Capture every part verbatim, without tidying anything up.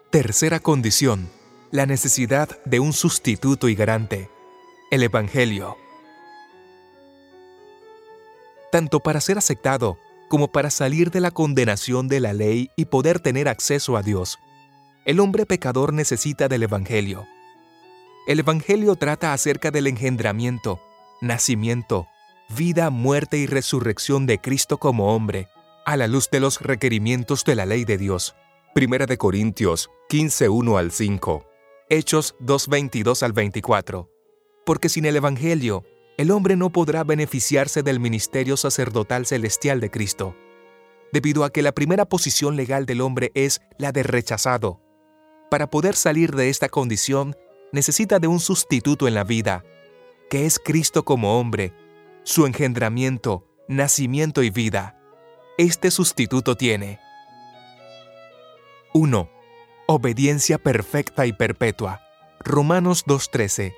Tercera condición: la necesidad de un sustituto y garante, el Evangelio. Tanto para ser aceptado como para salir de la condenación de la ley y poder tener acceso a Dios, el hombre pecador necesita del Evangelio. El Evangelio trata acerca del engendramiento, nacimiento, vida, muerte y resurrección de Cristo como hombre, a la luz de los requerimientos de la ley de Dios. Primera de Corintios quince, uno al cinco. Hechos dos, veintidós al veinticuatro. Porque sin el Evangelio, el hombre no podrá beneficiarse del ministerio sacerdotal celestial de Cristo, debido a que la primera posición legal del hombre es la de rechazado. Para poder salir de esta condición, necesita de un sustituto en la vida, que es Cristo como hombre, su engendramiento, nacimiento y vida. Este sustituto tiene: uno. Obediencia perfecta y perpetua. Romanos dos, trece.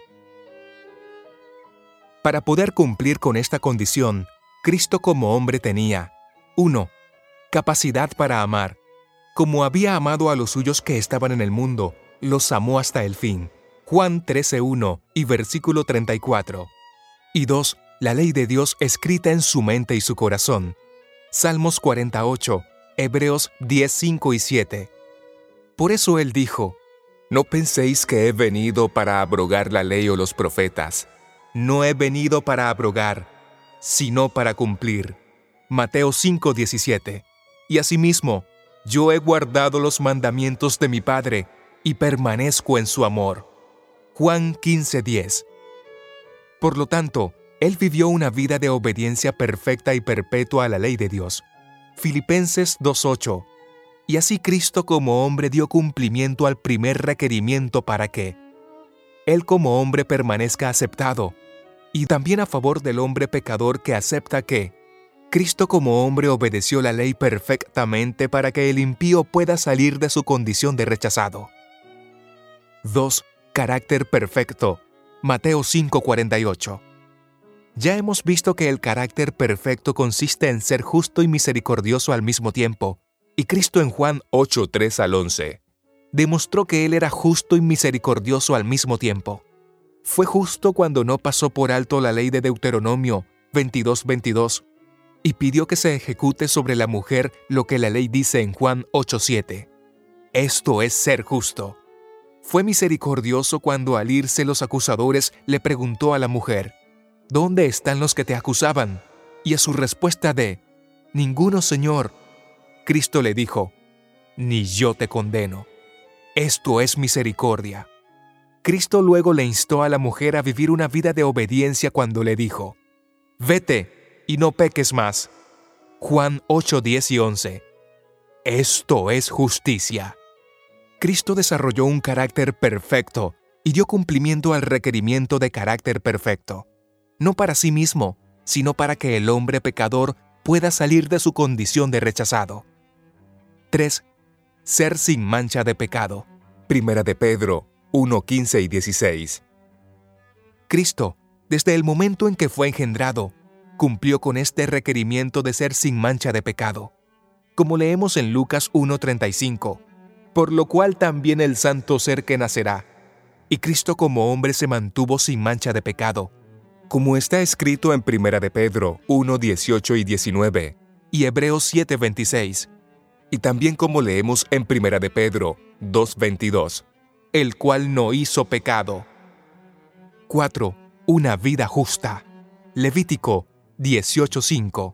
Para poder cumplir con esta condición, Cristo como hombre tenía: uno. Capacidad para amar. Como había amado a los suyos que estaban en el mundo, los amó hasta el fin. Juan trece, uno y versículo treinta y cuatro. Y dos. La ley de Dios escrita en su mente y su corazón. Salmos cuarenta y ocho, Hebreos diez, cinco y siete. Por eso él dijo: No penséis que he venido para abrogar la ley o los profetas. No he venido para abrogar, sino para cumplir. Mateo cinco, diecisiete. Y asimismo, yo he guardado los mandamientos de mi Padre y permanezco en su amor. Juan quince, diez. Por lo tanto, él vivió una vida de obediencia perfecta y perpetua a la ley de Dios. Filipenses dos, ocho. Y así Cristo como hombre dio cumplimiento al primer requerimiento para que Él como hombre permanezca aceptado, y también a favor del hombre pecador que acepta que Cristo como hombre obedeció la ley perfectamente para que el impío pueda salir de su condición de rechazado. dos. Carácter perfecto. Mateo cinco, cuarenta y ocho. Ya hemos visto que el carácter perfecto consiste en ser justo y misericordioso al mismo tiempo, y Cristo en Juan ocho, tres al once demostró que Él era justo y misericordioso al mismo tiempo. Fue justo cuando no pasó por alto la ley de Deuteronomio veintidós, veintidós y pidió que se ejecute sobre la mujer lo que la ley dice en Juan ocho, siete. Esto es ser justo. Fue misericordioso cuando al irse los acusadores le preguntó a la mujer: ¿Dónde están los que te acusaban? Y a su respuesta de «Ninguno, Señor», Cristo le dijo: «Ni yo te condeno». Esto es misericordia. Cristo luego le instó a la mujer a vivir una vida de obediencia cuando le dijo: «Vete y no peques más». Juan ocho, diez y once. Esto es justicia. Cristo desarrolló un carácter perfecto y dio cumplimiento al requerimiento de carácter perfecto. No para sí mismo, sino para que el hombre pecador pueda salir de su condición de rechazado. tres. Ser sin mancha de pecado. Primera de Pedro uno, quince y dieciséis. Cristo, desde el momento en que fue engendrado, cumplió con este requerimiento de ser sin mancha de pecado, como leemos en Lucas uno, treinta y cinco, por lo cual también el santo ser que nacerá. Y Cristo como hombre se mantuvo sin mancha de pecado, como está escrito en Primera de Pedro uno, dieciocho y diecinueve, y Hebreos siete, veintiséis, y también como leemos en Primera de Pedro dos, veintidós, el cual no hizo pecado. cuatro. Una vida justa. Levítico dieciocho, cinco.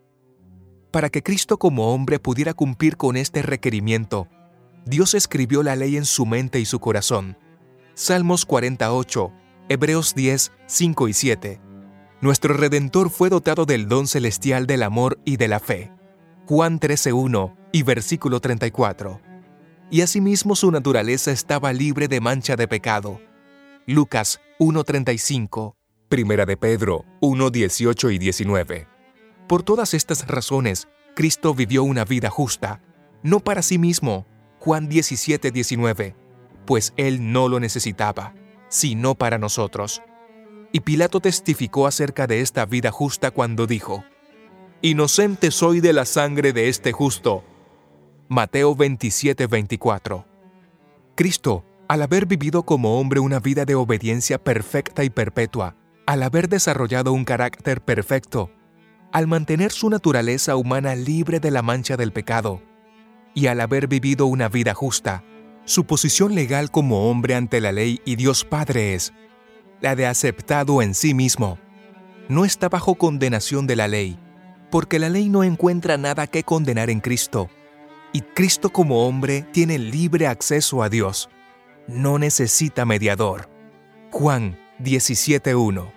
Para que Cristo como hombre pudiera cumplir con este requerimiento, Dios escribió la ley en su mente y su corazón. Salmos cuarenta y ocho, Hebreos diez, cinco y siete. Nuestro Redentor fue dotado del don celestial del amor y de la fe. Juan trece, uno y versículo treinta y cuatro. Y asimismo su naturaleza estaba libre de mancha de pecado. Lucas uno, treinta y cinco. Primera de Pedro uno, dieciocho y diecinueve. Por todas estas razones, Cristo vivió una vida justa, no para sí mismo. Juan diecisiete, diecinueve. Pues Él no lo necesitaba, sino para nosotros. Y Pilato testificó acerca de esta vida justa cuando dijo: «Inocente soy de la sangre de este justo». Mateo veintisiete, veinticuatro. Cristo, al haber vivido como hombre una vida de obediencia perfecta y perpetua, al haber desarrollado un carácter perfecto, al mantener su naturaleza humana libre de la mancha del pecado, y al haber vivido una vida justa, su posición legal como hombre ante la ley y Dios Padre es la de aceptado en sí mismo. No está bajo condenación de la ley, porque la ley no encuentra nada que condenar en Cristo, y Cristo como hombre tiene libre acceso a Dios. No necesita mediador. Juan diecisiete uno.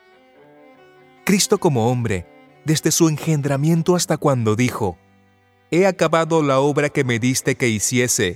Cristo como hombre, desde su engendramiento hasta cuando dijo: «He acabado la obra que me diste que hiciese».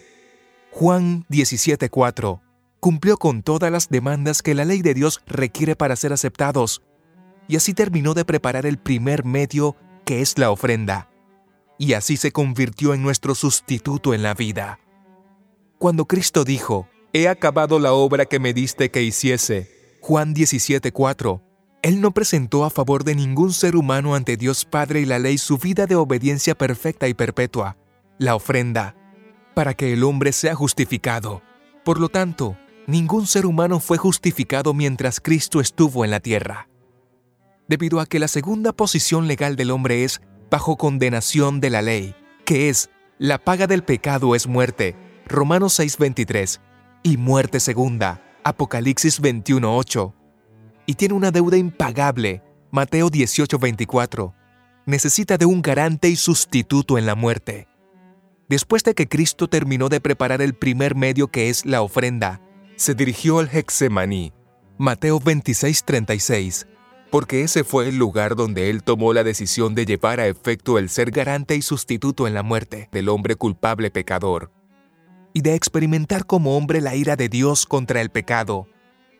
Juan diecisiete cuatro. Cumplió con todas las demandas que la ley de Dios requiere para ser aceptados, y así terminó de preparar el primer medio, que es la ofrenda, y así se convirtió en nuestro sustituto en la vida. Cuando Cristo dijo: «He acabado la obra que me diste que hiciese», Juan diecisiete cuatro, Él no presentó a favor de ningún ser humano ante Dios Padre y la ley su vida de obediencia perfecta y perpetua, la ofrenda, para que el hombre sea justificado. Por lo tanto, ningún ser humano fue justificado mientras Cristo estuvo en la tierra. Debido a que la segunda posición legal del hombre es bajo condenación de la ley, que es la paga del pecado es muerte, Romanos seis veintitrés, y muerte segunda, Apocalipsis veintiuno ocho, y tiene una deuda impagable, Mateo dieciocho veinticuatro, necesita de un garante y sustituto en la muerte. Después de que Cristo terminó de preparar el primer medio, que es la ofrenda, se dirigió al Getsemaní, Mateo veintiséis treinta y seis, porque ese fue el lugar donde Él tomó la decisión de llevar a efecto el ser garante y sustituto en la muerte del hombre culpable pecador, y de experimentar como hombre la ira de Dios contra el pecado,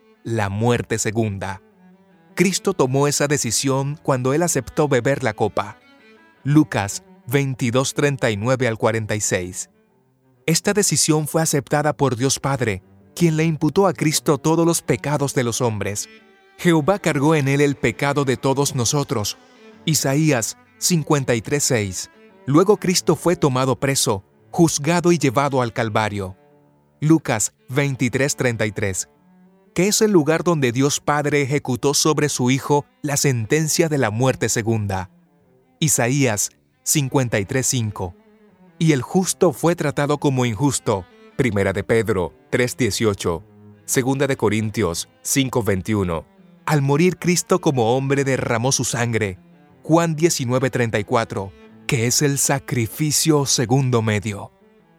la muerte segunda. Cristo tomó esa decisión cuando Él aceptó beber la copa. Lucas veintidós treinta y nueve al cuarenta y seis. Esta decisión fue aceptada por Dios Padre, quien le imputó a Cristo todos los pecados de los hombres. Jehová cargó en Él el pecado de todos nosotros. Isaías cincuenta y tres seis. Luego Cristo fue tomado preso, juzgado y llevado al Calvario. Lucas veintitrés treinta y tres. Que es el lugar donde Dios Padre ejecutó sobre su Hijo la sentencia de la muerte segunda. Isaías cincuenta y tres cinco. Y el justo fue tratado como injusto. Primera de Pedro tres dieciocho. Segunda de Corintios cinco veintiuno. Al morir Cristo como hombre derramó su sangre. Juan diecinueve treinta y cuatro. Que es el sacrificio segundo medio.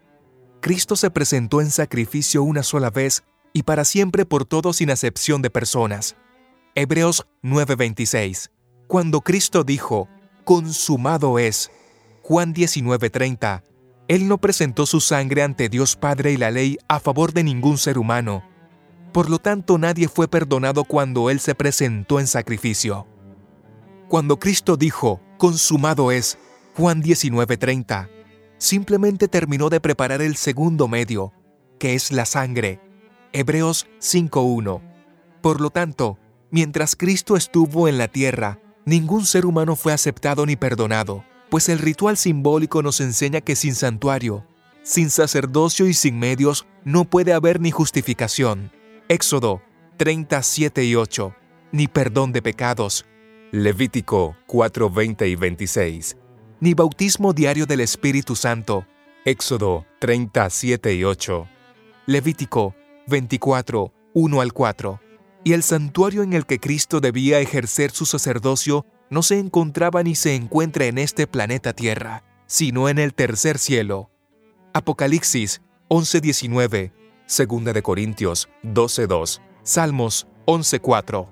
Cristo se presentó en sacrificio una sola vez y para siempre por todos sin acepción de personas. Hebreos nueve veintiséis. Cuando Cristo dijo: «Consumado es», Juan diecinueve treinta, Él no presentó su sangre ante Dios Padre y la ley a favor de ningún ser humano. Por lo tanto, nadie fue perdonado cuando Él se presentó en sacrificio. Cuando Cristo dijo: «Consumado es», Juan diecinueve treinta, simplemente terminó de preparar el segundo medio, que es la sangre. Hebreos cinco uno. Por lo tanto, mientras Cristo estuvo en la tierra, ningún ser humano fue aceptado ni perdonado, pues el ritual simbólico nos enseña que sin santuario, sin sacerdocio y sin medios no puede haber ni justificación. Éxodo treinta siete y ocho, ni perdón de pecados. Levítico cuatro veinte y veintiséis. Ni bautismo diario del Espíritu Santo. Éxodo treinta siete y ocho. Levítico veinticuatro uno al cuatro. Y el santuario en el que Cristo debía ejercer su sacerdocio no se encontraba ni se encuentra en este planeta Tierra, sino en el tercer cielo. Apocalipsis once diecinueve, Segunda de Corintios doce dos, Salmos once cuatro.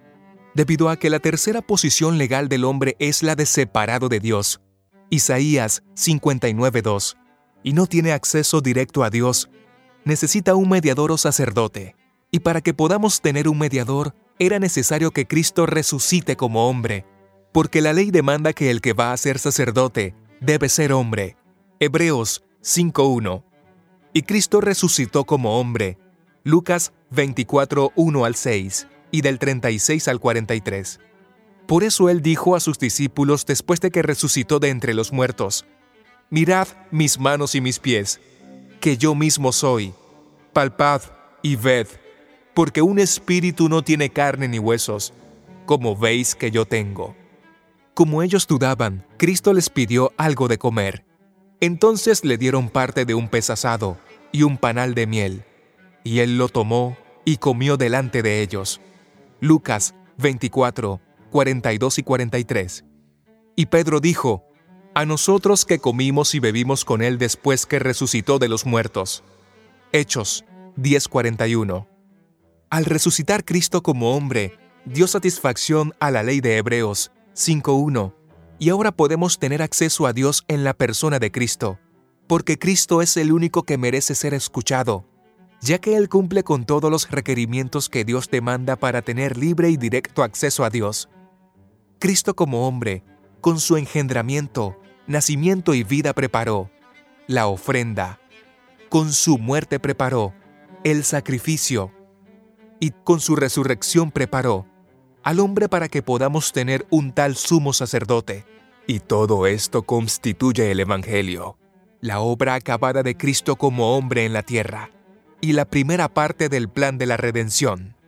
Debido a que la tercera posición legal del hombre es la de separado de Dios, Isaías cincuenta y nueve dos, y no tiene acceso directo a Dios, necesita un mediador o sacerdote. Y para que podamos tener un mediador, era necesario que Cristo resucite como hombre, porque la ley demanda que el que va a ser sacerdote debe ser hombre. Hebreos cinco uno. Y Cristo resucitó como hombre. Lucas veinticuatro uno al seis y del treinta y seis al cuarenta y tres. Por eso Él dijo a sus discípulos después de que resucitó de entre los muertos: «Mirad mis manos y mis pies, que yo mismo soy. palpad y ved, porque un espíritu no tiene carne ni huesos, como veis que yo tengo. Como ellos dudaban, Cristo les pidió algo de comer. Entonces le dieron parte de un pez asado y un panal de miel, y él lo tomó y comió delante de ellos. Lucas veinticuatro, cuarenta y dos y cuarenta y tres. Y Pedro dijo: a nosotros que comimos y bebimos con él después que resucitó de los muertos. Hechos diez, cuarenta y uno. Al resucitar Cristo como hombre, dio satisfacción a la ley de Hebreos cinco uno, y ahora podemos tener acceso a Dios en la persona de Cristo, porque Cristo es el único que merece ser escuchado, ya que Él cumple con todos los requerimientos que Dios demanda para tener libre y directo acceso a Dios. Cristo como hombre, con su engendramiento, nacimiento y vida preparó la ofrenda, con su muerte preparó el sacrificio, y con su resurrección preparó al hombre para que podamos tener un tal sumo sacerdote. Y todo esto constituye el Evangelio, la obra acabada de Cristo como hombre en la tierra, y la primera parte del plan de la redención.